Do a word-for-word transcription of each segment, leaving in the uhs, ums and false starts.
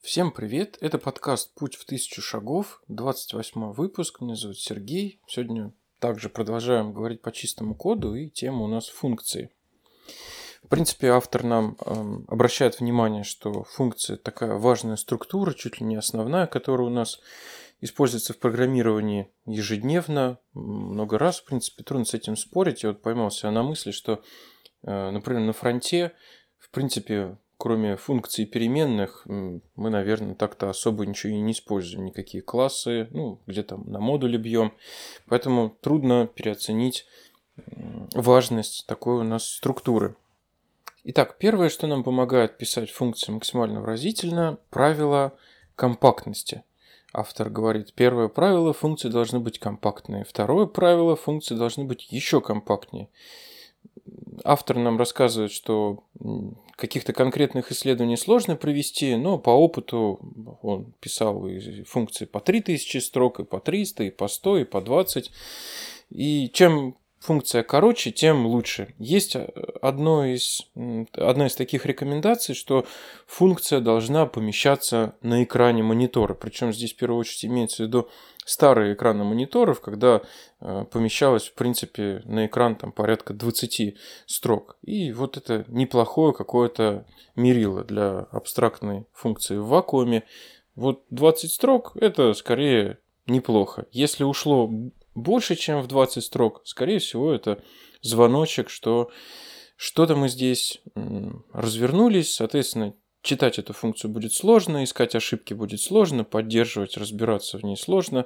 Всем привет! Это подкаст «Путь в тысячу шагов», двадцать восьмой выпуск. Меня зовут Сергей. Сегодня также продолжаем говорить по чистому коду, и тема у нас функции. В принципе, автор нам э, обращает внимание, что функция такая важная структура, чуть ли не основная, которая у нас используется в программировании ежедневно, много раз. В принципе, трудно с этим спорить. Я вот поймался на мысли, что, э, например, на фронте, в принципе, кроме функций переменных, мы, наверное, так-то особо ничего и не используем. Никакие классы, ну, где-то на модуле бьем. Поэтому трудно переоценить важность такой у нас структуры. Итак, первое, что нам помогает писать функции максимально выразительно, правило компактности. Автор говорит, первое правило, функции должны быть компактные. Второе правило, функции должны быть еще компактнее. Автор нам рассказывает, что каких-то конкретных исследований сложно провести, но по опыту он писал и функции по три тысячи строк, и по триста, и по сто, и по двадцать. И чем функция короче, тем лучше. Есть одно из, одна из таких рекомендаций, что функция должна помещаться на экране монитора. Причем здесь в первую очередь имеется в виду старые экраны мониторов, когда э, помещалось, в принципе, на экран там порядка двадцать строк. И вот это неплохое какое-то мерило для абстрактной функции в вакууме. Вот двадцать строк – это скорее неплохо. Если ушло больше, чем в двадцать строк, скорее всего, это звоночек, что что-то мы здесь м, развернулись, соответственно, читать эту функцию будет сложно, искать ошибки будет сложно, поддерживать, разбираться в ней сложно.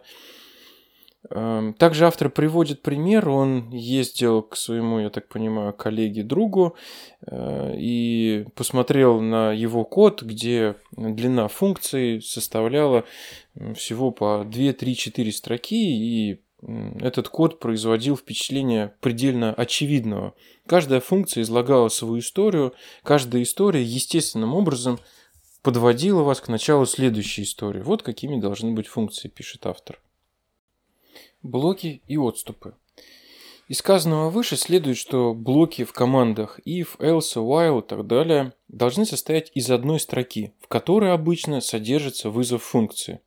Также автор приводит пример. Он ездил к своему, я так понимаю, коллеге-другу и посмотрел на его код, где длина функции составляла всего по две, три, четыре строки, и этот код производил впечатление предельно очевидного. Каждая функция излагала свою историю, каждая история естественным образом подводила вас к началу следующей истории. Вот какими должны быть функции, пишет автор. Блоки и отступы. Из сказанного выше следует, что блоки в командах if, else, while и так далее должны состоять из одной строки, в которой обычно содержится вызов функции.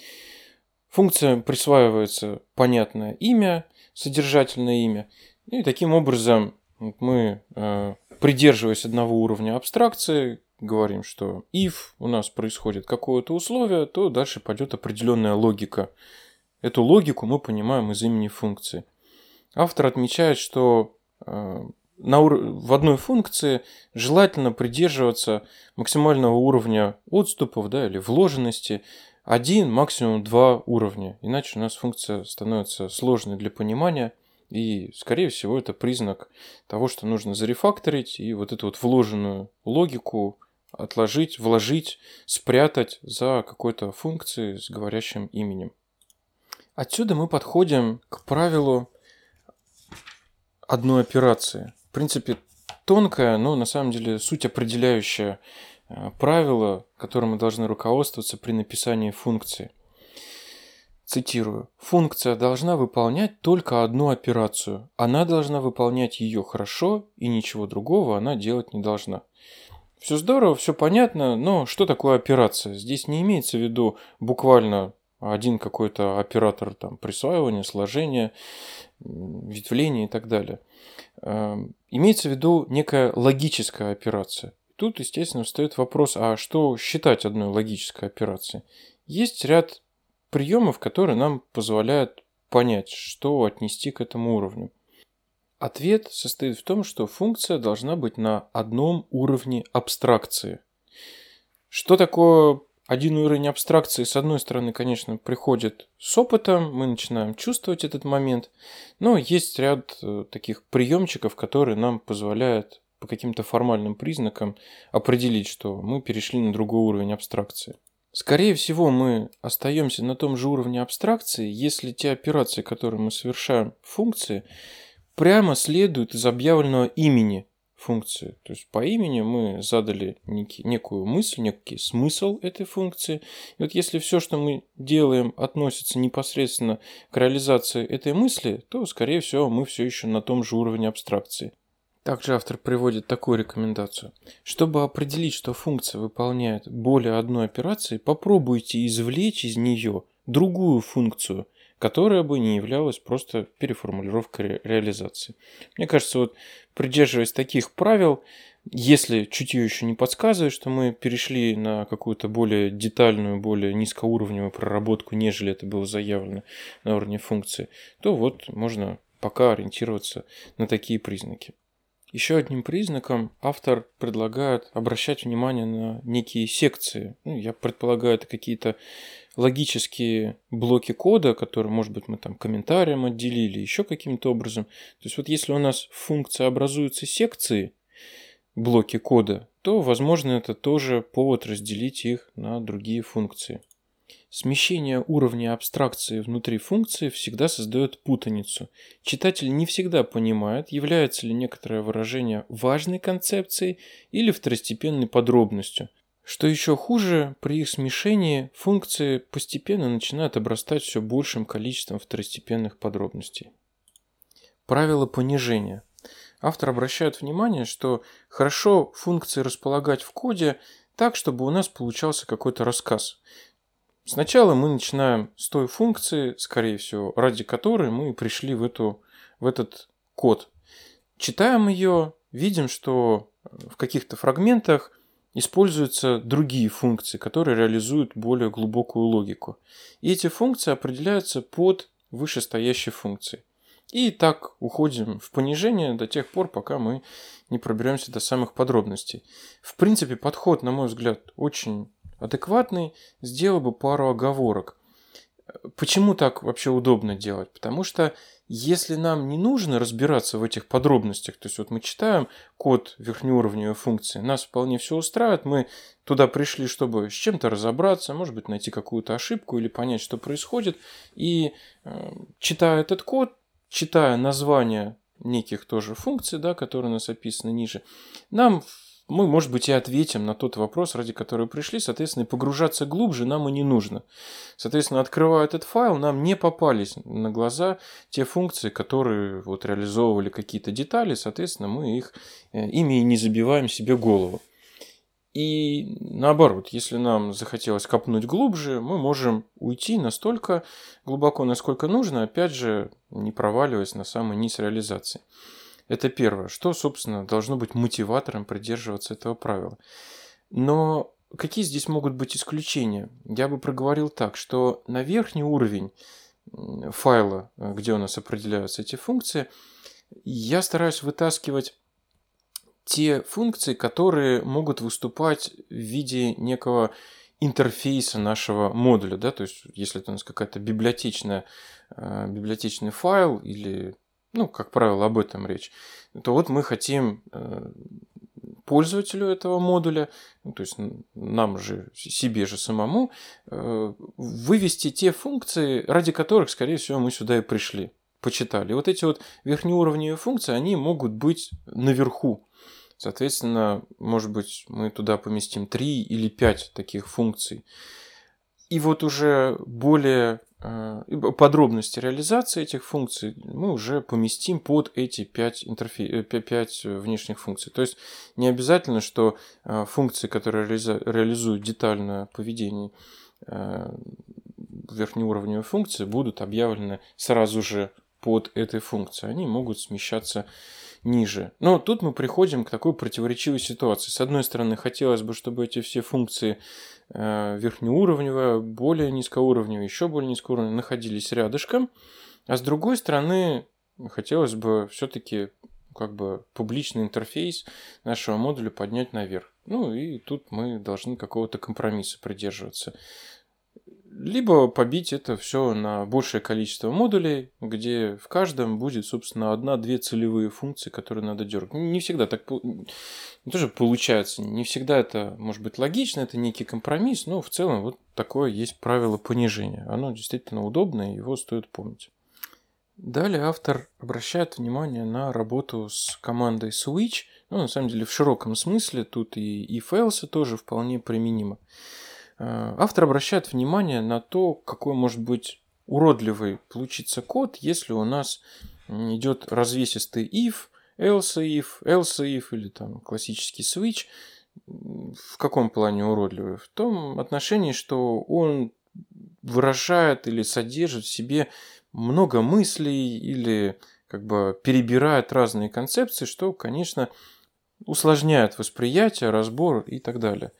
Функция присваивается понятное имя, содержательное имя, и таким образом мы, придерживаясь одного уровня абстракции, говорим, что if у нас происходит какое-то условие, то дальше пойдет определенная логика. Эту логику мы понимаем из имени функции. Автор отмечает, что на ур... в одной функции желательно придерживаться максимального уровня отступов, да, или вложенности, один, максимум два уровня. Иначе у нас функция становится сложной для понимания. И, скорее всего, это признак того, что нужно зарефакторить и вот эту вот вложенную логику отложить, вложить, спрятать за какой-то функцией с говорящим именем. Отсюда мы подходим к правилу одной операции. В принципе, тонкое, но на самом деле суть определяющая правило, которым мы должны руководствоваться при написании функции. Цитирую. Функция должна выполнять только одну операцию. Она должна выполнять ее хорошо, и ничего другого она делать не должна. Все здорово, все понятно, но что такое операция? Здесь не имеется в виду буквально один какой-то оператор там, присваивания, сложения, ветвления и так далее. Имеется в виду некая логическая операция. Тут, естественно, встает вопрос, а что считать одной логической операцией? Есть ряд приемов, которые нам позволяют понять, что отнести к этому уровню. Ответ состоит в том, что функция должна быть на одном уровне абстракции. Что такое один уровень абстракции? С одной стороны, конечно, приходит с опытом, мы начинаем чувствовать этот момент, но есть ряд таких приемчиков, которые нам позволяют по каким-то формальным признакам определить, что мы перешли на другой уровень абстракции. Скорее всего, мы остаемся на том же уровне абстракции, если те операции, которые мы совершаем в функции, прямо следуют из объявленного имени функции. То есть по имени мы задали некий, некую мысль, некий смысл этой функции. И вот если все, что мы делаем, относится непосредственно к реализации этой мысли, то, скорее всего, мы все еще на том же уровне абстракции. Также автор приводит такую рекомендацию. Чтобы определить, что функция выполняет более одной операции, попробуйте извлечь из нее другую функцию, которая бы не являлась просто переформулировкой ре- реализации. Мне кажется, вот придерживаясь таких правил, если чутье еще не подсказывает, что мы перешли на какую-то более детальную, более низкоуровневую проработку, нежели это было заявлено на уровне функции, то вот можно пока ориентироваться на такие признаки. Еще одним признаком автор предлагает обращать внимание на некие секции. Ну, я предполагаю, это какие-то логические блоки кода, которые, может быть, мы там комментарием отделили, еще каким-то образом. То есть вот если у нас в функции образуются секции, блоки кода, то, возможно, это тоже повод разделить их на другие функции. Смещение уровня абстракции внутри функции всегда создает путаницу. Читатель не всегда понимает, является ли некоторое выражение важной концепцией или второстепенной подробностью. Что еще хуже, при их смешении функции постепенно начинают обрастать все большим количеством второстепенных подробностей. Правило понижения. Автор обращает внимание, что хорошо функции располагать в коде так, чтобы у нас получался какой-то рассказ. Сначала мы начинаем с той функции, скорее всего, ради которой мы пришли в, эту, в этот код. Читаем ее, видим, что в каких-то фрагментах используются другие функции, которые реализуют более глубокую логику. И эти функции определяются под вышестоящей функцией. И так уходим в понижение до тех пор, пока мы не проберемся до самых подробностей. В принципе, подход, на мой взгляд, очень адекватный, сделал бы пару оговорок. Почему так вообще удобно делать? Потому что если нам не нужно разбираться в этих подробностях, то есть вот мы читаем код верхнеуровневой функции, нас вполне все устраивает, мы туда пришли, чтобы с чем-то разобраться, может быть, найти какую-то ошибку или понять, что происходит, и э, читая этот код, читая названия неких тоже функций, да, которые у нас описаны ниже, нам мы, может быть, и ответим на тот вопрос, ради которого пришли. Соответственно, погружаться глубже нам и не нужно. Соответственно, открывая этот файл, нам не попались на глаза те функции, которые вот реализовывали какие-то детали. Соответственно, мы их, ими и не забиваем себе голову. И наоборот, если нам захотелось копнуть глубже, мы можем уйти настолько глубоко, насколько нужно, опять же, не проваливаясь на самый низ реализации. Это первое. Что, собственно, должно быть мотиватором придерживаться этого правила. Но какие здесь могут быть исключения? Я бы проговорил так, что на верхний уровень файла, где у нас определяются эти функции, я стараюсь вытаскивать те функции, которые могут выступать в виде некого интерфейса нашего модуля. Да? То есть, если это у нас какая-то библиотечная, библиотечный файл или... Ну, как правило, об этом речь. То вот мы хотим пользователю этого модуля, ну, то есть нам же, себе же самому, вывести те функции, ради которых, скорее всего, мы сюда и пришли, почитали. И вот эти вот верхнеуровневые функции, они могут быть наверху. Соответственно, может быть, мы туда поместим три или пять таких функций. И вот уже более подробности реализации этих функций мы уже поместим под эти пять интерфей... пять внешних функций. То есть не обязательно, что функции, которые реализуют детальное поведение верхнеуровневой функции, будут объявлены сразу же под этой функцией. Они могут смещаться ниже. Но тут мы приходим к такой противоречивой ситуации. С одной стороны, хотелось бы, чтобы эти все функции э, верхнеуровневые, более низкоуровневые, еще более низкоуровневые находились рядышком. А с другой стороны, хотелось бы все-таки как бы публичный интерфейс нашего модуля поднять наверх. Ну и тут мы должны какого-то компромисса придерживаться. Либо побить это все на большее количество модулей, где в каждом будет, собственно, одна-две целевые функции, которые надо дергать. Не всегда так тоже получается. Не всегда это может быть логично, это некий компромисс, но в целом вот такое есть правило понижения. Оно действительно удобное, его стоит помнить. Далее автор обращает внимание на работу с командой switch. Ну, на самом деле, в широком смысле тут и if else тоже вполне применимо. Автор обращает внимание на то, какой может быть уродливый получиться код, если у нас идет развесистый if, else if, else if или там классический switch. В каком плане уродливый? В том отношении, что он выражает или содержит в себе много мыслей или как бы перебирает разные концепции, что, конечно, усложняет восприятие, разбор и так далее.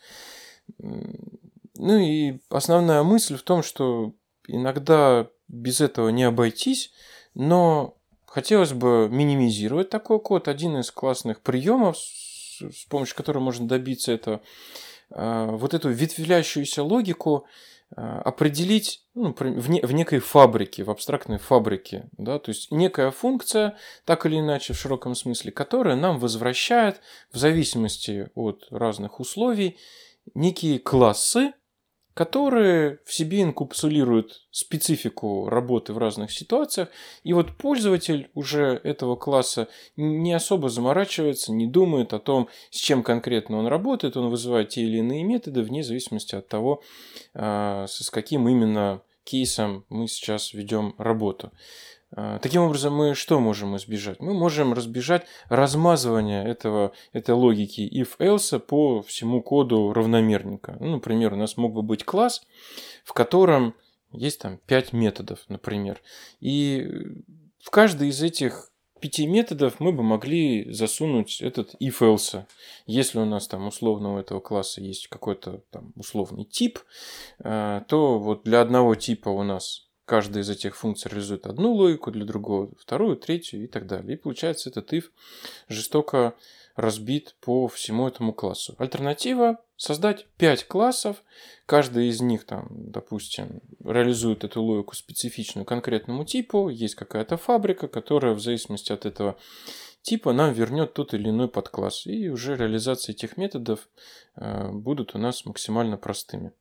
Ну и основная мысль в том, что иногда без этого не обойтись, но хотелось бы минимизировать такой код. Один из классных приемов, с помощью которого можно добиться этого, вот эту ветвлящуюся логику определить ну, в, не, в некой фабрике, в абстрактной фабрике. Да? То есть некая функция, так или иначе в широком смысле, которая нам возвращает в зависимости от разных условий некие классы, которые в себе инкапсулируют специфику работы в разных ситуациях. И вот пользователь уже этого класса не особо заморачивается, не думает о том, с чем конкретно он работает. Он вызывает те или иные методы вне зависимости от того, с каким именно кейсом мы сейчас ведем работу. Таким образом, мы что можем избежать? Мы можем разбежать размазывание этого, этой логики if-else по всему коду равномерненько. Ну, например, у нас мог бы быть класс, в котором есть там пять методов, например. И в каждый из этих пяти методов мы бы могли засунуть этот if-else. Если у нас там условно у этого класса есть какой-то там условный тип, то вот для одного типа у нас каждая из этих функций реализует одну логику, для другого вторую, третью и так далее. И получается, этот if жестоко разбит по всему этому классу. Альтернатива – создать пять классов. Каждый из них, там, допустим, реализует эту логику специфичную конкретному типу. Есть какая-то фабрика, которая в зависимости от этого типа нам вернет тот или иной подкласс. И уже реализация этих методов э, будут у нас максимально простыми.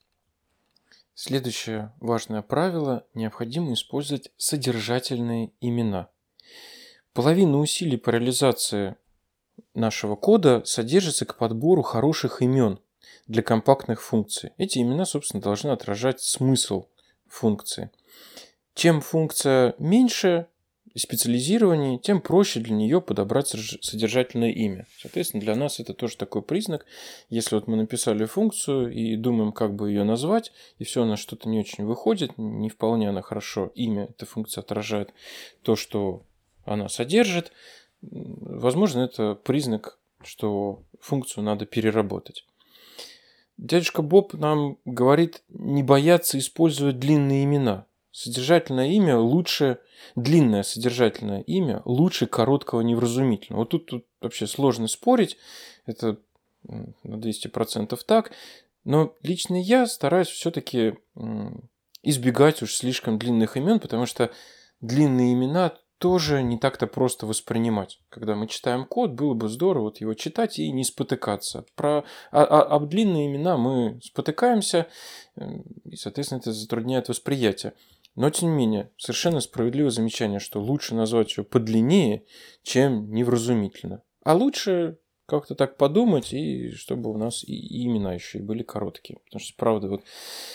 Следующее важное правило – необходимо использовать содержательные имена. Половина усилий по реализации нашего кода содержится к подбору хороших имен для компактных функций. Эти имена, собственно, должны отражать смысл функции. Чем функция меньше специализированнее, тем проще для нее подобрать содержательное имя. Соответственно, для нас это тоже такой признак. Если вот мы написали функцию и думаем, как бы ее назвать, и все у нас что-то не очень выходит, не вполне она хорошо, имя эта функция отражает то, что она содержит, возможно, это признак, что функцию надо переработать. Дядюшка Боб нам говорит не бояться использовать длинные имена. Содержательное имя лучше, длинное содержательное имя лучше короткого невразумительного. Вот тут, тут вообще сложно спорить, это на двести процентов так, но лично я стараюсь все-таки избегать уж слишком длинных имен, потому что длинные имена тоже не так-то просто воспринимать. Когда мы читаем код, было бы здорово вот его читать и не спотыкаться. Про, а, а, об длинные имена мы спотыкаемся, и, соответственно, это затрудняет восприятие. Но, тем не менее, совершенно справедливое замечание, что лучше назвать ее подлиннее, чем невразумительно. А лучше как-то так подумать, и чтобы у нас и имена еще и были короткие. Потому что, правда, вот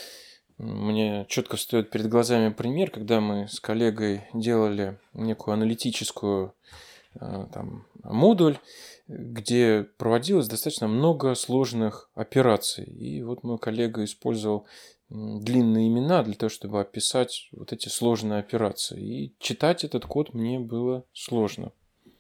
мне четко встает перед глазами пример, когда мы с коллегой делали некую аналитическую там, модуль, где проводилось достаточно много сложных операций. И вот мой коллега использовал длинные имена для того, чтобы описать вот эти сложные операции. И читать этот код мне было сложно.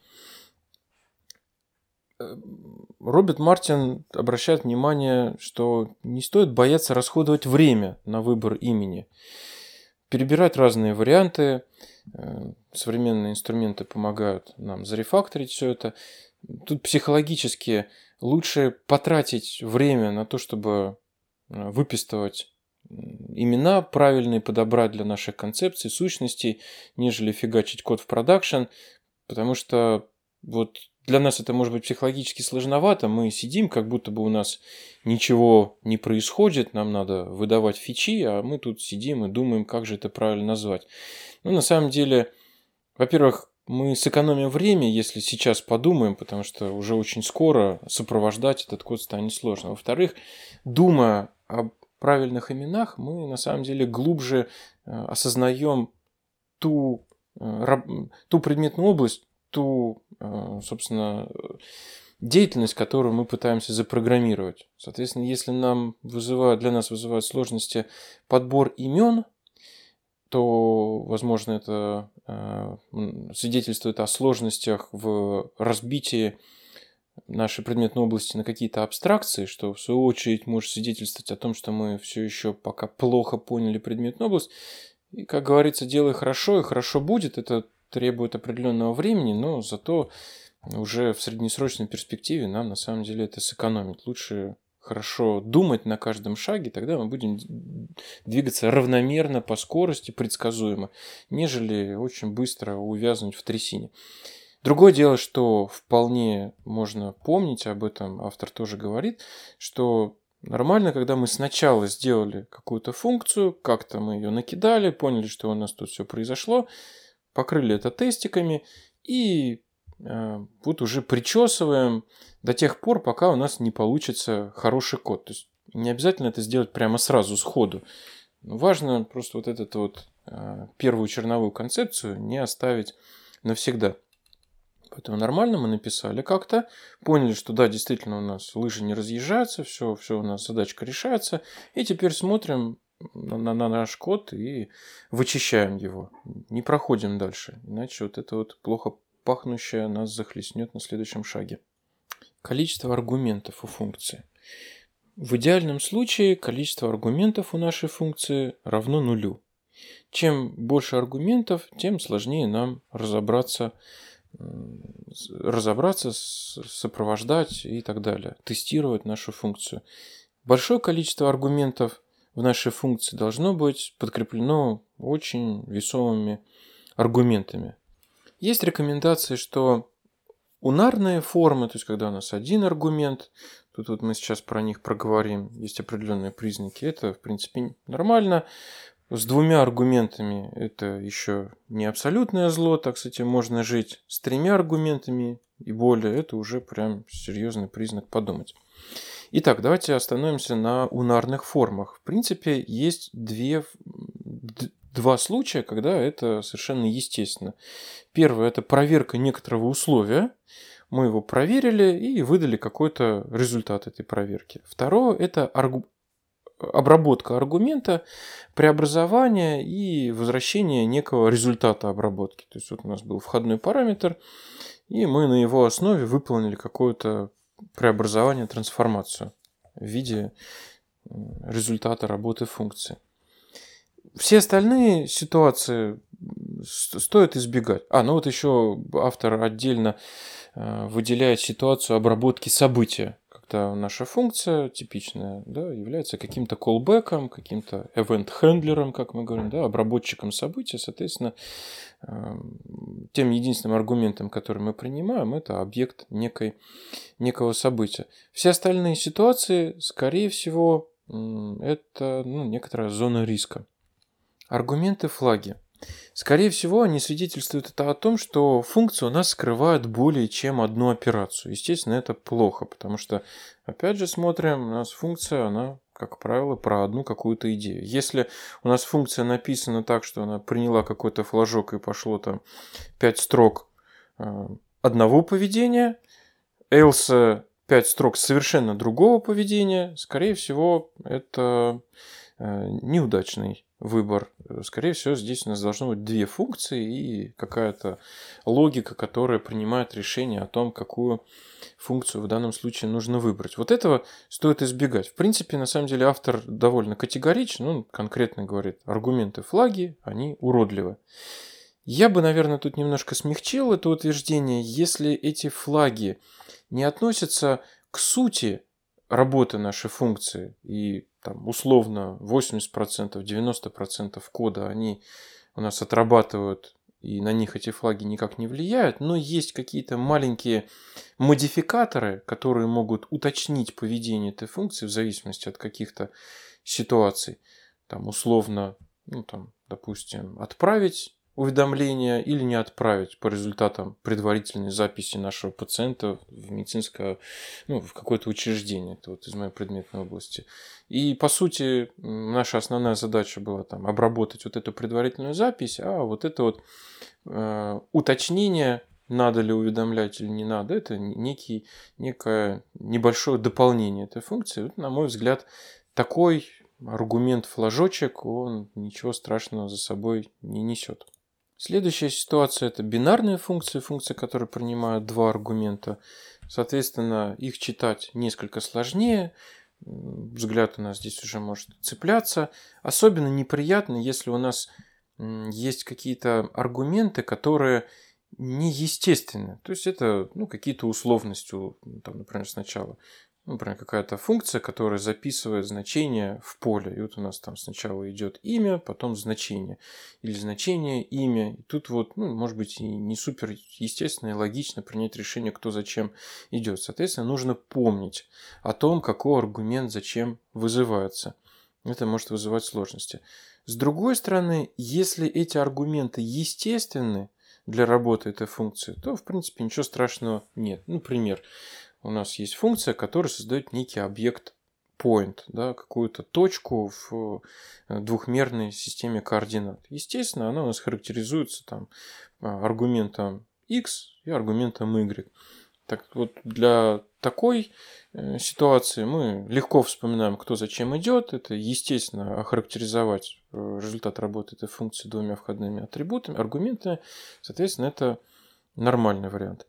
Роберт Мартин обращает внимание, что не стоит бояться расходовать время на выбор имени. Перебирать разные варианты. Современные инструменты помогают нам зарефакторить все это. Тут психологически лучше потратить время на то, чтобы выписывать имена правильные, подобрать для наших концепций, сущностей, нежели фигачить код в продакшн, потому что вот для нас это может быть психологически сложновато. Мы сидим, как будто бы у нас ничего не происходит, нам надо выдавать фичи, а мы тут сидим и думаем, как же это правильно назвать. Ну, на самом деле, во-первых, мы сэкономим время, если сейчас подумаем, потому что уже очень скоро сопровождать этот код станет сложно. Во-вторых, думая об правильных именах, мы на самом деле глубже осознаем ту, ту предметную область, ту собственно, деятельность, которую мы пытаемся запрограммировать. Соответственно, если нам вызывают, для нас вызывают сложности подбор имен, то, возможно, это свидетельствует о сложностях в разбитии нашей предметной области на какие-то абстракции, что в свою очередь может свидетельствовать о том, что мы все еще пока плохо поняли предметную область. И, как говорится, делай хорошо, и хорошо будет. Это требует определенного времени, но зато уже в среднесрочной перспективе нам на самом деле это сэкономит. Лучше хорошо думать на каждом шаге, тогда мы будем двигаться равномерно по скорости, предсказуемо, нежели очень быстро увязнуть в трясине. Другое дело, что вполне можно помнить, об этом автор тоже говорит, что нормально, когда мы сначала сделали какую-то функцию, как-то мы ее накидали, поняли, что у нас тут все произошло, покрыли это тестиками и э, вот уже причесываем до тех пор, пока у нас не получится хороший код. То есть не обязательно это сделать прямо сразу, сходу. Важно просто вот эту вот э, первую черновую концепцию не оставить навсегда. Поэтому нормально мы написали как-то, поняли, что да, действительно у нас лыжи не разъезжаются, все, все у нас задачка решается, и теперь смотрим на, на, на наш код и вычищаем его, не проходим дальше, иначе вот это вот плохо пахнущее нас захлестнет на следующем шаге. Количество аргументов у функции. В идеальном случае количество аргументов у нашей функции равно нулю. Чем больше аргументов, тем сложнее нам разобраться разобраться, сопровождать и так далее, тестировать нашу функцию. Большое количество аргументов в нашей функции должно быть подкреплено очень весомыми аргументами. Есть рекомендации, что унарные формы, то есть когда у нас один аргумент, тут вот мы сейчас про них проговорим, есть определенные признаки, это в принципе нормально. С двумя аргументами это еще не абсолютное зло, так с этим можно жить. С тремя аргументами и более это уже прям серьезный признак подумать. Итак, давайте остановимся на унарных формах. В принципе, есть две, два случая, когда это совершенно естественно. Первое – это проверка некоторого условия. Мы его проверили и выдали какой-то результат этой проверки. Второе – это аргумент. Обработка аргумента, преобразование и возвращение некого результата обработки. То есть вот у нас был входной параметр, и мы на его основе выполнили какое-то преобразование, трансформацию в виде результата работы функции. Все остальные ситуации стоит избегать. А, ну вот еще автор отдельно выделяет ситуацию обработки события. Когда наша функция типичная, да, является каким-то callback'ом, каким-то event-хендлером, как мы говорим, да, обработчиком события. Соответственно, тем единственным аргументом, который мы принимаем, это объект некой, некого события. Все остальные ситуации, скорее всего, это ну, некоторая зона риска. Аргументы флаги. Скорее всего, они свидетельствуют это о том, что функция у нас скрывает более чем одну операцию. Естественно, это плохо, потому что, опять же, смотрим, у нас функция, она, как правило, про одну какую-то идею. Если у нас функция написана так, что она приняла какой-то флажок и пошло там пять строк одного поведения, else пять строк совершенно другого поведения, скорее всего, это неудачный выбор. Скорее всего, здесь у нас должно быть две функции и какая-то логика, которая принимает решение о том, какую функцию в данном случае нужно выбрать. Вот этого стоит избегать. В принципе, на самом деле, автор довольно категоричен. Он конкретно говорит, аргументы флаги, они уродливы. Я бы, наверное, тут немножко смягчил это утверждение, если эти флаги не относятся к сути работы нашей функции и там, условно восемьдесят процентов, девяносто процентов кода они у нас отрабатывают, и на них эти флаги никак не влияют, но есть какие-то маленькие модификаторы, которые могут уточнить поведение этой функции в зависимости от каких-то ситуаций. Там, условно, ну, там, допустим, отправить уведомление или не отправить по результатам предварительной записи нашего пациента в медицинское, ну, в какое-то учреждение. Это вот из моей предметной области. И, по сути, наша основная задача была там обработать вот эту предварительную запись, а вот это вот э, уточнение надо ли уведомлять или не надо, это некий, некое небольшое дополнение этой функции. Вот, на мой взгляд, такой аргумент-флажочек, он ничего страшного за собой не несет. Следующая ситуация – это бинарные функции, функции, которые принимают два аргумента. Соответственно, их читать несколько сложнее. Взгляд у нас здесь уже может цепляться. Особенно неприятно, если у нас есть какие-то аргументы, которые неестественны. То есть это ну, какие-то условности, там, например, сначала. Ну, например, какая-то функция, которая записывает значение в поле. И вот у нас там сначала идет имя, потом значение. Или значение, имя. И тут вот, ну, может быть, и не супер естественно и логично принять решение, кто зачем идет. Соответственно, нужно помнить о том, какой аргумент зачем вызывается. Это может вызывать сложности. С другой стороны, если эти аргументы естественны для работы этой функции, то, в принципе, ничего страшного нет. Например, у нас есть функция, которая создает некий объект point, да, какую-то точку в двухмерной системе координат. Естественно, она у нас характеризуется там, аргументом x и аргументом y. Так вот, для такой э, ситуации мы легко вспоминаем, кто зачем идет. Это, естественно, охарактеризовать результат работы этой функции двумя входными атрибутами, аргументами. Соответственно, это нормальный вариант.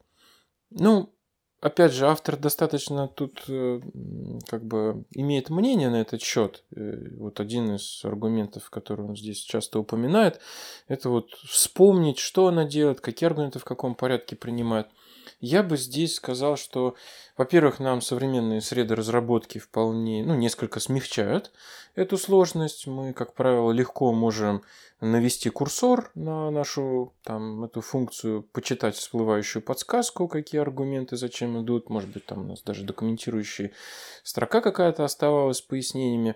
Ну, опять же, автор достаточно тут э, как бы имеет мнение на этот счет. Э, вот один из аргументов, который он здесь часто упоминает, это вот вспомнить, что она делает, какие аргументы в каком порядке принимает. Я бы здесь сказал, что, во-первых, нам современные среды разработки вполне, ну, несколько смягчают эту сложность. Мы, как правило, легко можем навести курсор на нашу там, эту функцию, почитать всплывающую подсказку, какие аргументы зачем идут. Может быть, там у нас даже документирующая строка какая-то оставалась с пояснениями.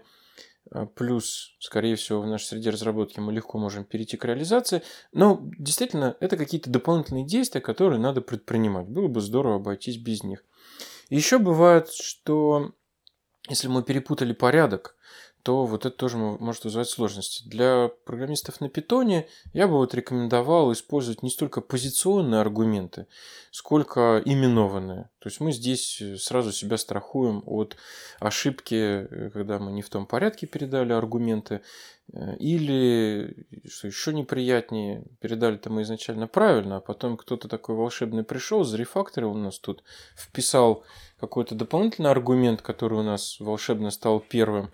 Плюс, скорее всего, в нашей среде разработки мы легко можем перейти к реализации. Но действительно, это какие-то дополнительные действия, которые надо предпринимать. Было бы здорово обойтись без них. Еще бывает, что если мы перепутали порядок, то вот это тоже может вызывать сложности. Для программистов на питоне я бы вот рекомендовал использовать не столько позиционные аргументы, сколько именованные. То есть мы здесь сразу себя страхуем от ошибки, когда мы не в том порядке передали аргументы, или, что еще неприятнее, передали-то мы изначально правильно, а потом кто-то такой волшебный пришел, зарефакторил у нас тут, вписал какой-то дополнительный аргумент, который у нас волшебно стал первым,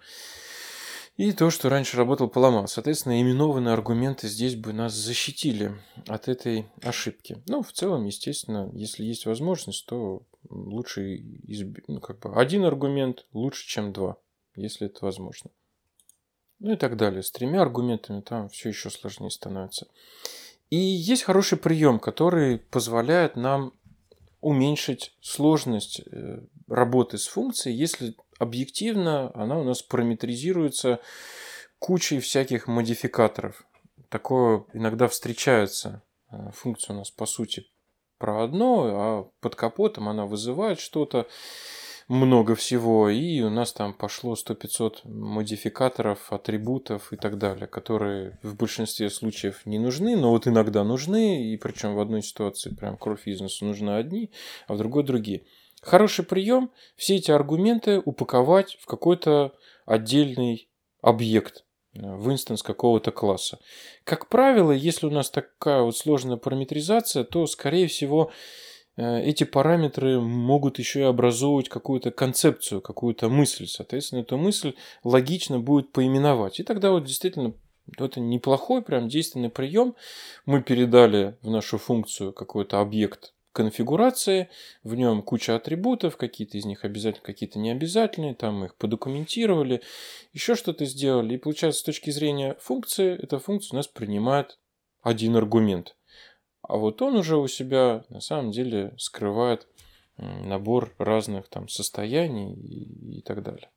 и то, что раньше работал, поломал. Соответственно, именованные аргументы здесь бы нас защитили от этой ошибки. Ну, в целом, естественно, если есть возможность, то лучше изб... ну, как бы один аргумент лучше, чем два, если это возможно. Ну и так далее. С тремя аргументами там все еще сложнее становится. И есть хороший прием, который позволяет нам уменьшить сложность работы с функцией, если объективно она у нас параметризируется кучей всяких модификаторов. Такое иногда встречается. Функция у нас по сути про одно, а под капотом она вызывает что-то, много всего, и у нас там пошло сто-пятьсот модификаторов, атрибутов и так далее, которые в большинстве случаев не нужны, но вот иногда нужны, и причем в одной ситуации прям кровь из носу нужны одни, а в другой другие. Хороший прием все эти аргументы упаковать в какой-то отдельный объект, в инстанс какого-то класса. Как правило, если у нас такая вот сложная параметризация, то, скорее всего, эти параметры могут еще и образовывать какую-то концепцию, какую-то мысль. Соответственно, эту мысль логично будет поименовать. И тогда вот действительно это неплохой, прям действенный прием. Мы передали в нашу функцию какой-то объект конфигурации, в нем куча атрибутов, какие-то из них обязательно, какие-то не обязательные, там мы их подокументировали, еще что-то сделали. И получается, с точки зрения функции, эта функция у нас принимает один аргумент. А вот он уже у себя на самом деле скрывает набор разных там состояний и, и так далее.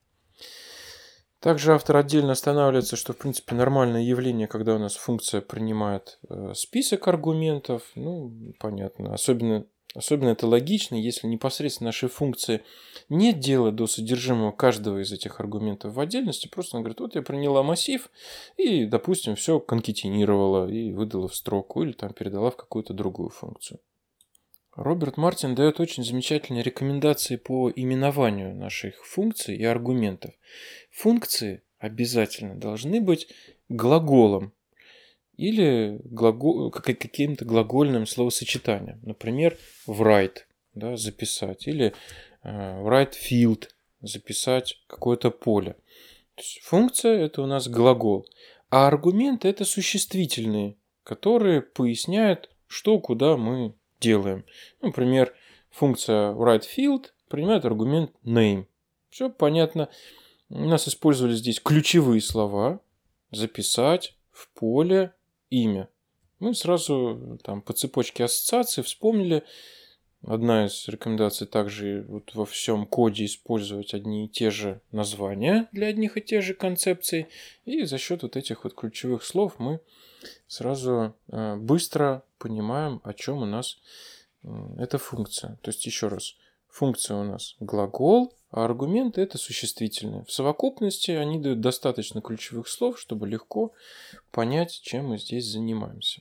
Также автор отдельно останавливается, что в принципе нормальное явление, когда у нас функция принимает э, список аргументов. Ну, понятно. Особенно, особенно это логично, если непосредственно нашей функции нет дела до содержимого каждого из этих аргументов в отдельности. Просто она говорит, вот я приняла массив и, допустим, все конкетинировала и выдала в строку или там передала в какую-то другую функцию. Роберт Мартин дает очень замечательные рекомендации по именованию наших функций и аргументов. Функции обязательно должны быть глаголом или глагол, каким-то глагольным словосочетанием. Например, write, да, записать, или uh, write field, записать какое-то поле. То есть функция – это у нас глагол, а аргументы – это существительные, которые поясняют, что, куда мы делаем. Например, функция write field принимает аргумент name. Все понятно. У нас использовали здесь ключевые слова. Записать в поле имя. Мы сразу там по цепочке ассоциаций вспомнили. Одна из рекомендаций также вот во всем коде использовать одни и те же названия для одних и тех же концепций. И за счет вот этих вот ключевых слов мы сразу э, быстро понимаем, о чем у нас э, эта функция. То есть еще раз, функция у нас глагол, а аргументы это существительные. В совокупности они дают достаточно ключевых слов, чтобы легко понять, чем мы здесь занимаемся.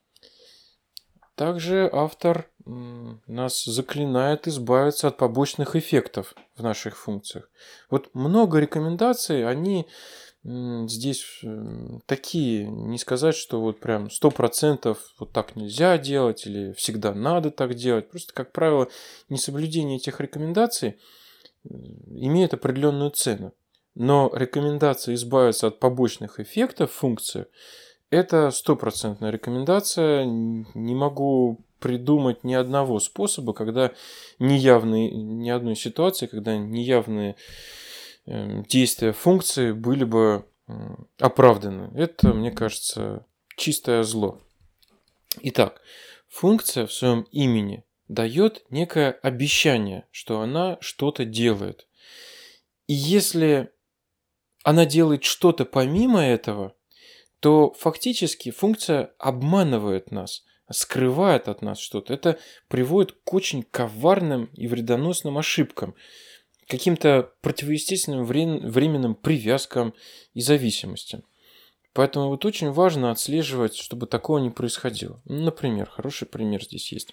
Также автор нас заклинает избавиться от побочных эффектов в наших функциях. Вот много рекомендаций, они здесь такие, не сказать, что вот прям сто процентов вот так нельзя делать или всегда надо так делать. Просто, как правило, несоблюдение этих рекомендаций имеет определенную цену. Но рекомендация избавиться от побочных эффектов функции – это стопроцентная рекомендация. Не могу придумать ни одного способа, когда неявные, ни одной ситуации, когда неявные действия функции были бы оправданы. Это, мне кажется, чистое зло. Итак, функция в своем имени дает некое обещание, что она что-то делает. И если она делает что-то помимо этого, то фактически функция обманывает нас, скрывает от нас что-то. Это приводит к очень коварным и вредоносным ошибкам, каким-то противоестественным временным привязкам и зависимостям. Поэтому вот очень важно отслеживать, чтобы такого не происходило. Например, хороший пример здесь есть.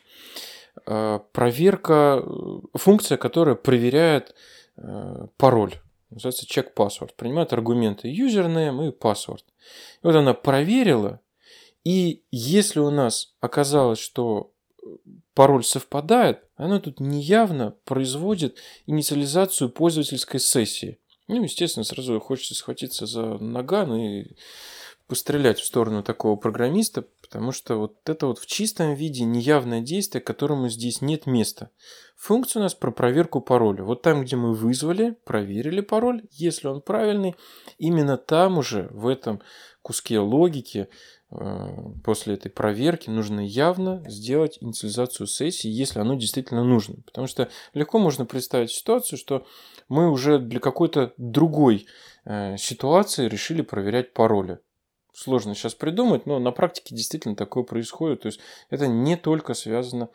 Проверка, функция, которая проверяет пароль. Называется check password. Принимает аргументы username и password. И вот она проверила, и если у нас оказалось, что пароль совпадает, она тут неявно производит инициализацию пользовательской сессии. Ну, естественно, сразу хочется схватиться за наган и пострелять в сторону такого программиста, потому что вот это вот в чистом виде неявное действие, которому здесь нет места. Функция у нас про проверку пароля. Вот там, где мы вызвали, проверили пароль, если он правильный, именно там уже, в этом куске логики, после этой проверки нужно явно сделать инициализацию сессии, если оно действительно нужно. Потому что легко можно представить ситуацию, что мы уже для какой-то другой ситуации решили проверять пароли. Сложно сейчас придумать, но на практике действительно такое происходит. То есть это не только связано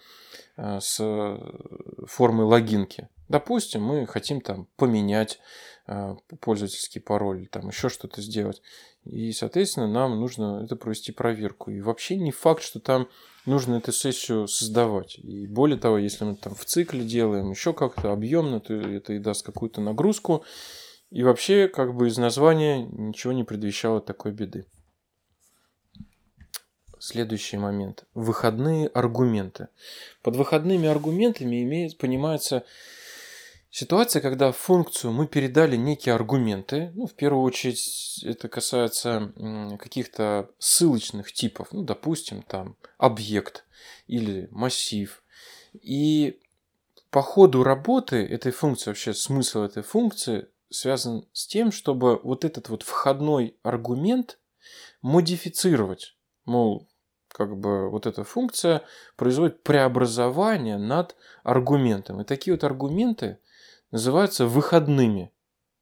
с формой логинки. Допустим, мы хотим там поменять пользовательский пароль, там еще что-то сделать. И, соответственно, нам нужно это провести проверку. И вообще не факт, что там нужно эту сессию создавать. И более того, если мы там в цикле делаем еще как-то объемно, то это и даст какую-то нагрузку. И вообще, как бы из названия ничего не предвещало такой беды. Следующий момент. Выходные аргументы. Под выходными аргументами имеет, понимается ситуация, когда в функцию мы передали некие аргументы. Ну, в первую очередь, это касается каких-то ссылочных типов. Ну, допустим, там объект или массив. И по ходу работы этой функции, вообще смысл этой функции связан с тем, чтобы вот этот вот входной аргумент модифицировать. Мол, как бы вот эта функция производит преобразование над аргументом. И такие вот аргументы называются выходными.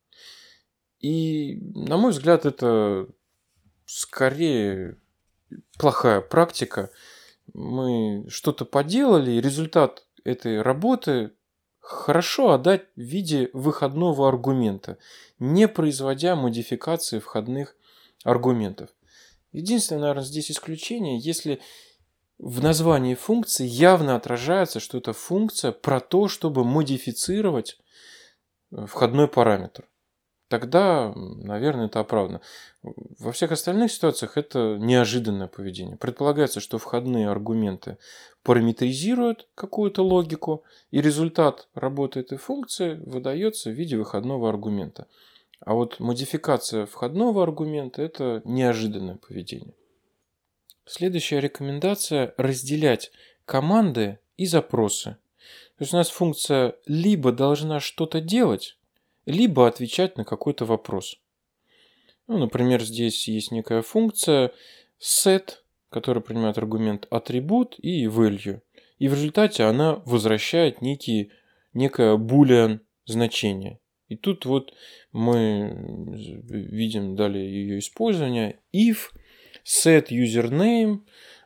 И, на мой взгляд, это скорее плохая практика. Мы что-то поделали, и результат этой работы хорошо отдать в виде выходного аргумента, не производя модификации входных аргументов. Единственное, наверное, здесь исключение, если в названии функции явно отражается, что это функция про то, чтобы модифицировать входной параметр. Тогда, наверное, это оправдано. Во всех остальных ситуациях это неожиданное поведение. Предполагается, что входные аргументы параметризируют какую-то логику, и результат работы этой функции выдается в виде выходного аргумента. А вот модификация входного аргумента – это неожиданное поведение. Следующая рекомендация – разделять команды и запросы. То есть у нас функция либо должна что-то делать, либо отвечать на какой-то вопрос. Ну, например, здесь есть некая функция set, которая принимает аргумент атрибут и value. И в результате она возвращает некий, некое boolean значение. И тут вот мы видим далее ее использование. If set username,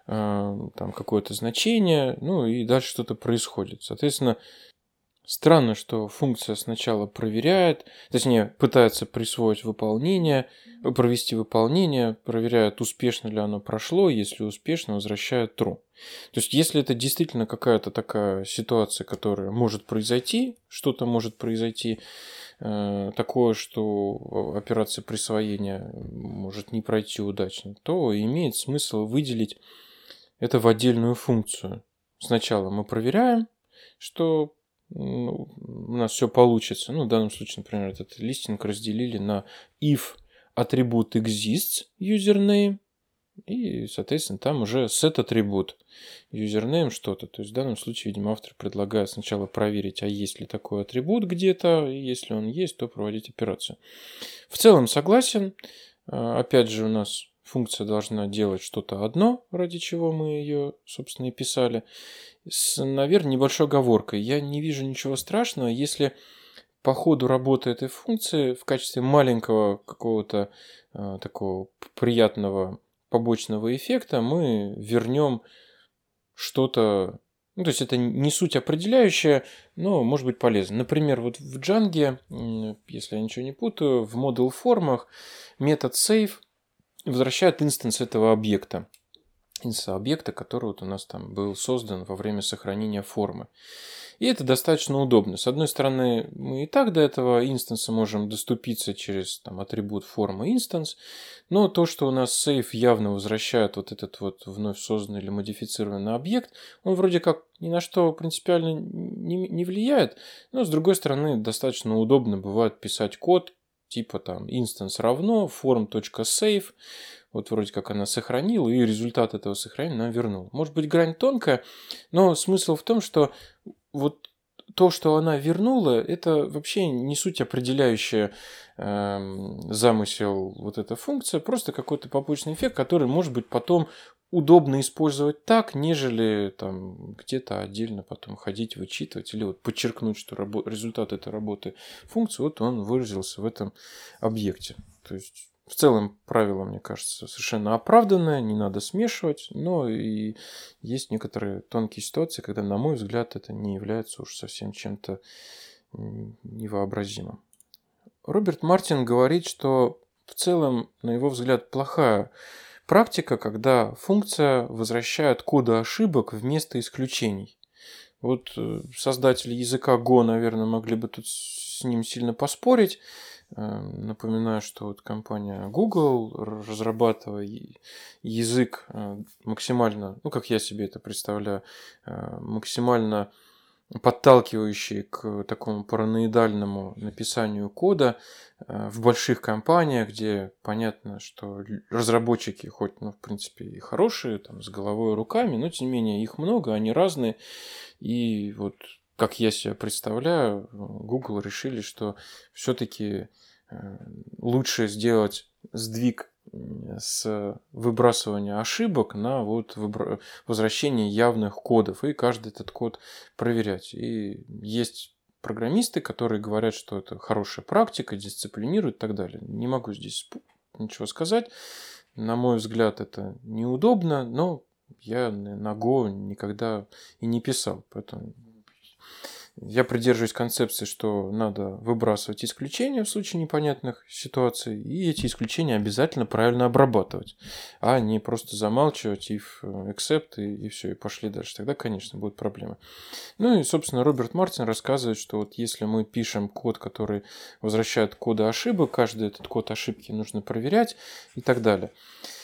там какое-то значение, ну и дальше что-то происходит. Соответственно, странно, что функция сначала проверяет, точнее, пытается присвоить выполнение, провести выполнение, проверяет, успешно ли оно прошло, если успешно, возвращает true. То есть, если это действительно какая-то такая ситуация, которая может произойти, что-то может произойти э, такое, что операция присвоения может не пройти удачно, то имеет смысл выделить это в отдельную функцию. Сначала мы проверяем, что ну, у нас все получится. Ну, в данном случае, например, этот листинг разделили на if атрибут exists username, и, соответственно, там уже set атрибут username что-то. То есть в данном случае, видимо, автор предлагает сначала проверить, а есть ли такой атрибут где-то, и если он есть, то проводить операцию. В целом согласен. Опять же, у нас функция должна делать что-то одно, ради чего мы ее, собственно, и писали. С, наверное, небольшой оговоркой. Я не вижу ничего страшного, если по ходу работы этой функции в качестве маленького какого-то э, такого приятного побочного эффекта мы вернем что-то. Ну, то есть это не суть определяющая, но может быть полезно. Например, вот в Django, если я ничего не путаю, в model формах метод save возвращает инстанс этого объекта. Инстанс объекта, который вот у нас там был создан во время сохранения формы. И это достаточно удобно. С одной стороны, мы и так до этого инстанса можем доступиться через там, атрибут формы инстанс, но то, что у нас save явно возвращает вот этот вот вновь созданный или модифицированный объект, он вроде как ни на что принципиально не, не влияет, но с другой стороны, достаточно удобно бывает писать код, типа там instance равно form.save, вот вроде как она сохранила, и результат этого сохранения нам вернул. Может быть, грань тонкая, но смысл в том, что вот то, что она вернула, это вообще не суть определяющая э, замысел вот эта функция, просто какой-то побочный эффект, который может быть потом удобно использовать так, нежели там где-то отдельно потом ходить, вычитывать или вот подчеркнуть, что рабо- результат этой работы функции, вот он выразился в этом объекте. То есть в целом правило, мне кажется, совершенно оправданное, не надо смешивать, но и есть некоторые тонкие ситуации, когда, на мой взгляд, это не является уж совсем чем-то невообразимым. Роберт Мартин говорит, что в целом, на его взгляд, плохая практика, когда функция возвращает коды ошибок вместо исключений. Вот создатели языка Go, наверное, могли бы тут с ним сильно поспорить. Напоминаю, что вот компания Google, разрабатывая язык максимально, ну, как я себе это представляю, максимально подталкивающий к такому параноидальному написанию кода в больших компаниях, где понятно, что разработчики хоть, ну, в принципе, и хорошие, там, с головой и руками, но, тем не менее, их много, они разные, и вот как я себе представляю, Google решили, что все-таки лучше сделать сдвиг с выбрасывания ошибок на вот выбро... возвращение явных кодов и каждый этот код проверять. И есть программисты, которые говорят, что это хорошая практика, дисциплинируют и так далее. Не могу здесь ничего сказать. На мой взгляд, это неудобно, но я на Go никогда и не писал, поэтому Я придерживаюсь концепции, что надо выбрасывать исключения в случае непонятных ситуаций, и эти исключения обязательно правильно обрабатывать, а не просто замалчивать if except и, и все, и пошли дальше. Тогда, конечно, будут проблемы. Ну и, собственно, Роберт Мартин рассказывает, что вот если мы пишем код, который возвращает коды ошибок, каждый этот код ошибки нужно проверять и так далее.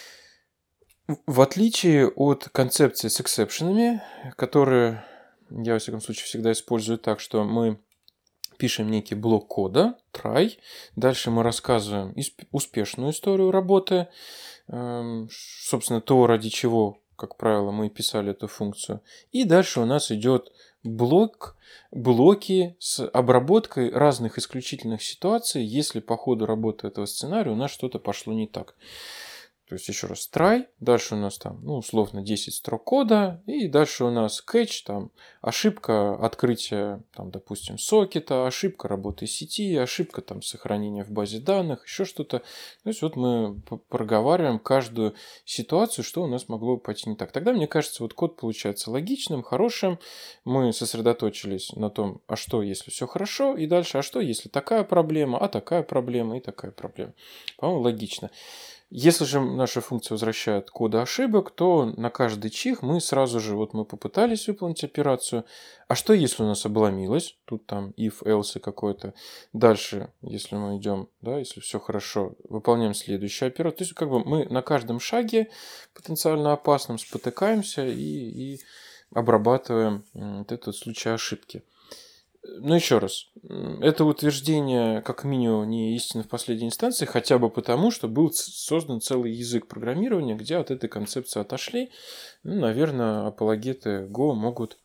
В отличие от концепции с эксепшенами, которые я, во всяком случае, всегда использую так, что мы пишем некий блок кода, try, дальше мы рассказываем успешную историю работы, собственно, то, ради чего, как правило, мы писали эту функцию. И дальше у нас идет блок, блоки с обработкой разных исключительных ситуаций, если по ходу работы этого сценария у нас что-то пошло не так. То есть, еще раз, try, дальше у нас там, ну, условно, десять строк кода, и дальше у нас catch, там, ошибка открытия, там, допустим, сокета, ошибка работы сети, ошибка там сохранения в базе данных, еще что-то. То есть, вот мы проговариваем каждую ситуацию, что у нас могло пойти не так. Тогда, мне кажется, вот код получается логичным, хорошим. Мы сосредоточились на том, а что, если все хорошо, и дальше, а что, если такая проблема, а такая проблема и такая проблема. По-моему, логично. Если же наша функция возвращает коды ошибок, то на каждый чих мы сразу же, вот мы попытались выполнить операцию, а что если у нас обломилось, тут там if, else какой-то, дальше, если мы идем, да, если все хорошо, выполняем следующую операцию, то есть как бы мы на каждом шаге потенциально опасном спотыкаемся и, и обрабатываем вот этот случай ошибки. Но еще раз, это утверждение как минимум не истина в последней инстанции, хотя бы потому, что был создан целый язык программирования, где от этой концепции отошли. Ну, наверное, апологеты Go могут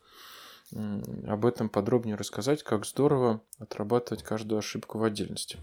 об этом подробнее рассказать, как здорово отрабатывать каждую ошибку в отдельности.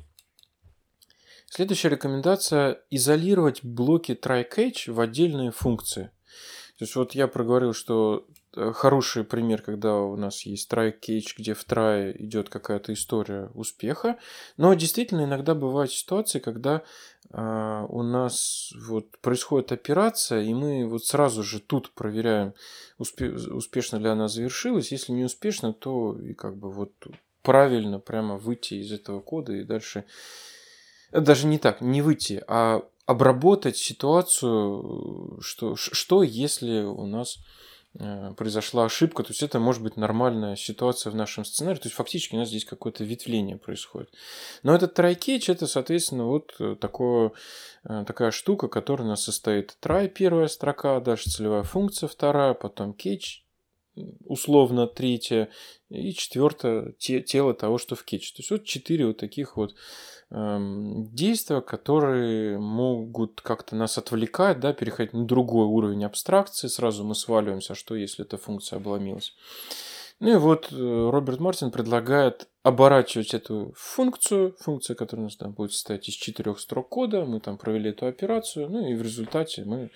Следующая рекомендация – изолировать блоки try-catch в отдельные функции. То есть вот я проговорил, что хороший пример, когда у нас есть try-catch, где в try идет какая-то история успеха. Но действительно иногда бывают ситуации, когда э, у нас вот происходит операция, и мы вот сразу же тут проверяем, успе- успешно ли она завершилась. Если не успешно, то и как бы вот правильно прямо выйти из этого кода и дальше... Даже не так, не выйти, а обработать ситуацию, что, что если у нас произошла ошибка, то есть это может быть нормальная ситуация в нашем сценарии, то есть фактически у нас здесь какое-то ветвление происходит. Но этот try-catch это, соответственно, вот такое, такая штука, которая у нас состоит try первая строка, дальше целевая функция вторая, потом catch условно третья и четвертое те, тело того, что в catch. То есть вот четыре вот таких вот действия, которые могут как-то нас отвлекать, да, переходить на другой уровень абстракции. Сразу мы сваливаемся, а что если эта функция обломилась. Ну и вот Роберт Мартин предлагает оборачивать эту функцию, функция, которая у нас там будет состоять из четырех строк кода, мы там провели эту операцию, ну и в результате мы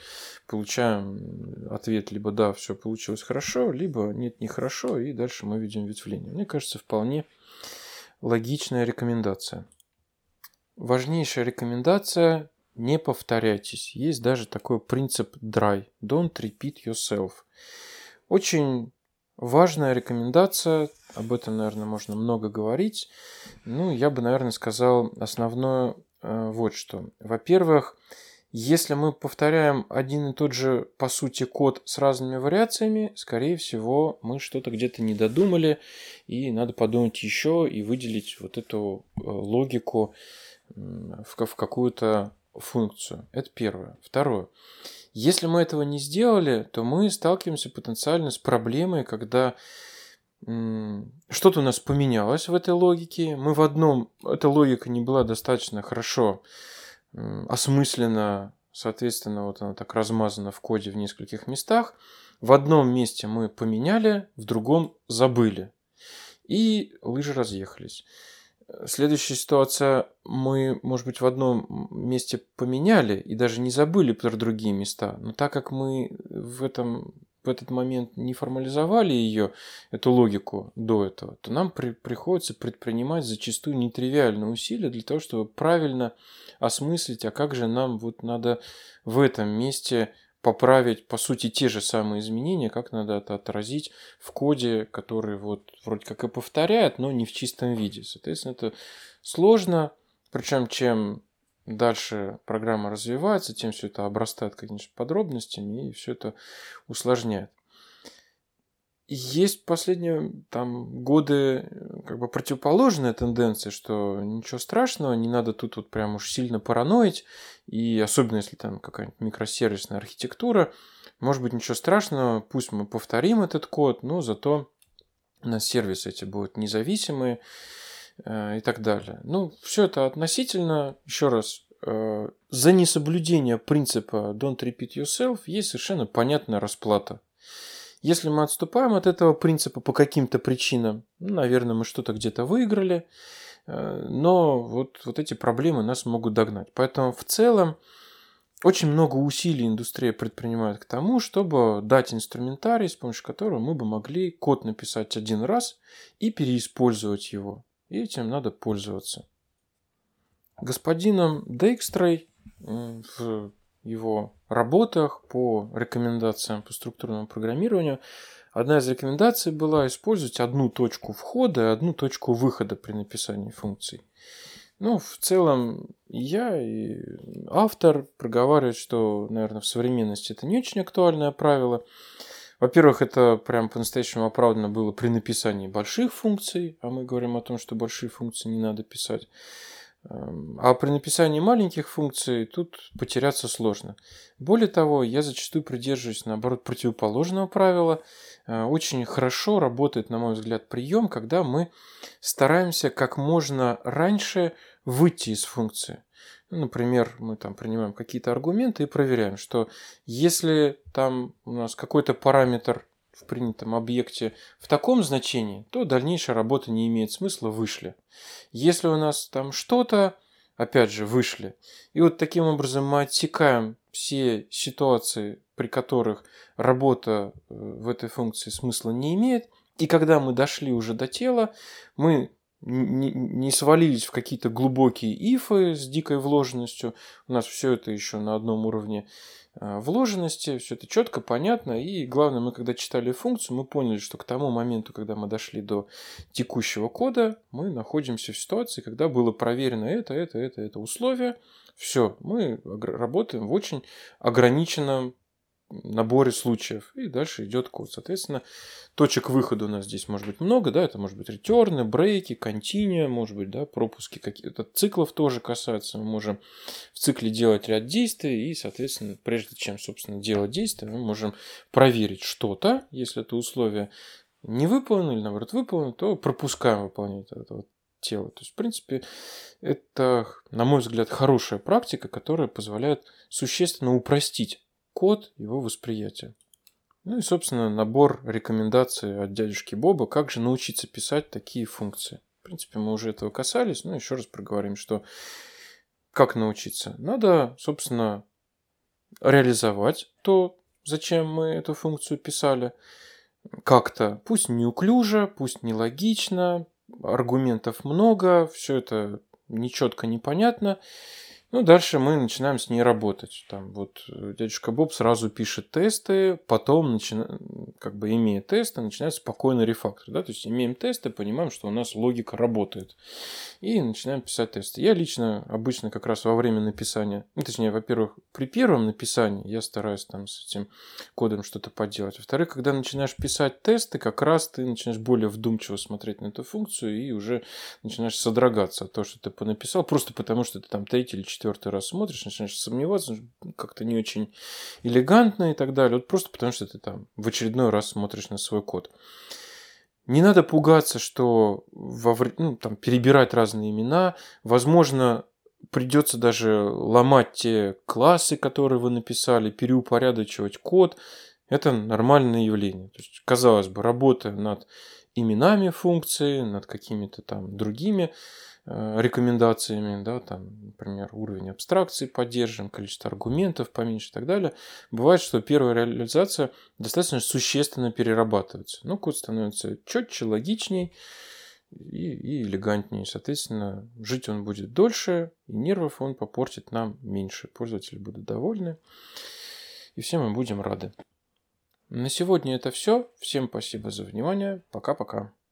получаем ответ либо да, все получилось хорошо, либо нет, нехорошо, и дальше мы видим ветвление. Мне кажется, вполне логичная рекомендация. Важнейшая рекомендация – не повторяйтесь. Есть даже такой принцип dry – don't repeat yourself. Очень важная рекомендация, об этом, наверное, можно много говорить. Ну, я бы, наверное, сказал основное э, вот что. Во-первых, если мы повторяем один и тот же, по сути, код с разными вариациями, скорее всего, мы что-то где-то не додумали, и надо подумать еще и выделить вот эту э, логику в какую-то функцию. Это первое. Второе. Если мы этого не сделали, то мы сталкиваемся потенциально с проблемой, когда что-то у нас поменялось в этой логике. Мы в одном... Эта логика не была достаточно хорошо осмыслена, соответственно, вот она так размазана в коде в нескольких местах. В одном месте мы поменяли, в другом забыли. И лыжи разъехались. Следующая ситуация, мы, может быть, в одном месте поменяли и даже не забыли про другие места, но так как мы в, этом, в этот момент не формализовали ее, эту логику до этого, то нам при, приходится предпринимать зачастую нетривиальные усилия для того, чтобы правильно осмыслить, а как же нам вот надо в этом месте поправить, по сути, те же самые изменения, как надо это отразить в коде, который вот вроде как и повторяет, но не в чистом виде. Соответственно, это сложно, причем чем дальше программа развивается, тем все это обрастает, конечно, подробностями, и все это усложняет. Есть последние там, годы как бы противоположная тенденция, что ничего страшного, не надо тут вот прям уж сильно параноить, и особенно если там какая-нибудь микросервисная архитектура, может быть ничего страшного, пусть мы повторим этот код, но зато у нас сервисы эти будут независимые э, и так далее. Ну, все это относительно, еще раз, э, за несоблюдение принципа don't repeat yourself есть совершенно понятная расплата. Если мы отступаем от этого принципа по каким-то причинам, ну, наверное, мы что-то где-то выиграли, но вот, вот эти проблемы нас могут догнать. Поэтому в целом очень много усилий индустрия предпринимает к тому, чтобы дать инструментарий, с помощью которого мы бы могли код написать один раз и переиспользовать его. И этим надо пользоваться. Господином Дейкстрой в его работах по рекомендациям по структурному программированию одна из рекомендаций была использовать одну точку входа и одну точку выхода при написании функций. Ну, в целом, я и автор проговаривают, что, наверное, в современности это не очень актуальное правило. Во-первых, это прям по-настоящему оправдано было при написании больших функций, а мы говорим о том, что большие функции не надо писать. А при написании маленьких функций тут потеряться сложно. Более того, я зачастую придерживаюсь, наоборот, противоположного правила. Очень хорошо работает, на мой взгляд, прием, когда мы стараемся как можно раньше выйти из функции. Например, мы там принимаем какие-то аргументы и проверяем, что если там у нас какой-то параметр в принятом объекте в таком значении, то дальнейшая работа не имеет смысла, вышли. Если у нас там что-то, опять же, вышли. И вот таким образом мы отсекаем все ситуации, при которых работа в этой функции смысла не имеет. И когда мы дошли уже до тела, мы не свалились в какие-то глубокие ифы с дикой вложенностью. У нас все это еще на одном уровне вложенности, все это четко, понятно. И главное, мы когда читали функцию, мы поняли, что к тому моменту, когда мы дошли до текущего кода, мы находимся в ситуации, когда было проверено это, это, это, это условие. Все, мы работаем в очень ограниченном наборе случаев. И дальше идет код. Соответственно, точек выхода у нас здесь может быть много. Да, это может быть ретерны, брейки, континуа, может быть, да, пропуски какие-то. Циклов тоже касается. Мы можем в цикле делать ряд действий. И, соответственно, прежде чем, собственно, делать действия, мы можем проверить что-то. Если это условие не выполнено или, наоборот, выполнено, то пропускаем выполнение этого тела. То есть, в принципе, это, на мой взгляд, хорошая практика, которая позволяет существенно упростить код, его восприятие. Ну и, собственно, набор рекомендаций от дядюшки Боба, как же научиться писать такие функции. В принципе, мы уже этого касались, но еще раз проговорим, что как научиться. Надо, собственно, реализовать то, зачем мы эту функцию писали. Как-то, пусть неуклюже, пусть нелогично, аргументов много, все это нечетко, непонятно. Ну, дальше мы начинаем с ней работать. Там вот дядюшка Боб сразу пишет тесты, потом, начина... как бы имея тесты, начинает спокойно рефактор. Да? То есть имеем тесты, понимаем, что у нас логика работает. И начинаем писать тесты. Я лично обычно как раз во время написания, ну, точнее, во-первых, при первом написании я стараюсь там с этим кодом что-то поделать. Во-вторых, когда начинаешь писать тесты, как раз ты начинаешь более вдумчиво смотреть на эту функцию и уже начинаешь содрогаться от того, что ты понаписал, просто потому что ты там третий или четвертый четвертый раз смотришь, начинаешь сомневаться, как-то не очень элегантно и так далее. Вот просто потому, что ты там в очередной раз смотришь на свой код. Не надо пугаться, что во, ну, там, перебирать разные имена. Возможно, придется даже ломать те классы, которые вы написали, переупорядочивать код. Это нормальное явление. То есть, казалось бы, работая над именами функции, над какими-то там другими рекомендациями, да, там, например, уровень абстракции поддержим, количество аргументов поменьше и так далее. Бывает, что первая реализация достаточно существенно перерабатывается. Ну, код становится четче, логичней и, и элегантнее. Соответственно, жить он будет дольше, и нервов он попортит нам меньше. Пользователи будут довольны. и все мы будем рады. На сегодня это все. Всем спасибо за внимание. Пока-пока.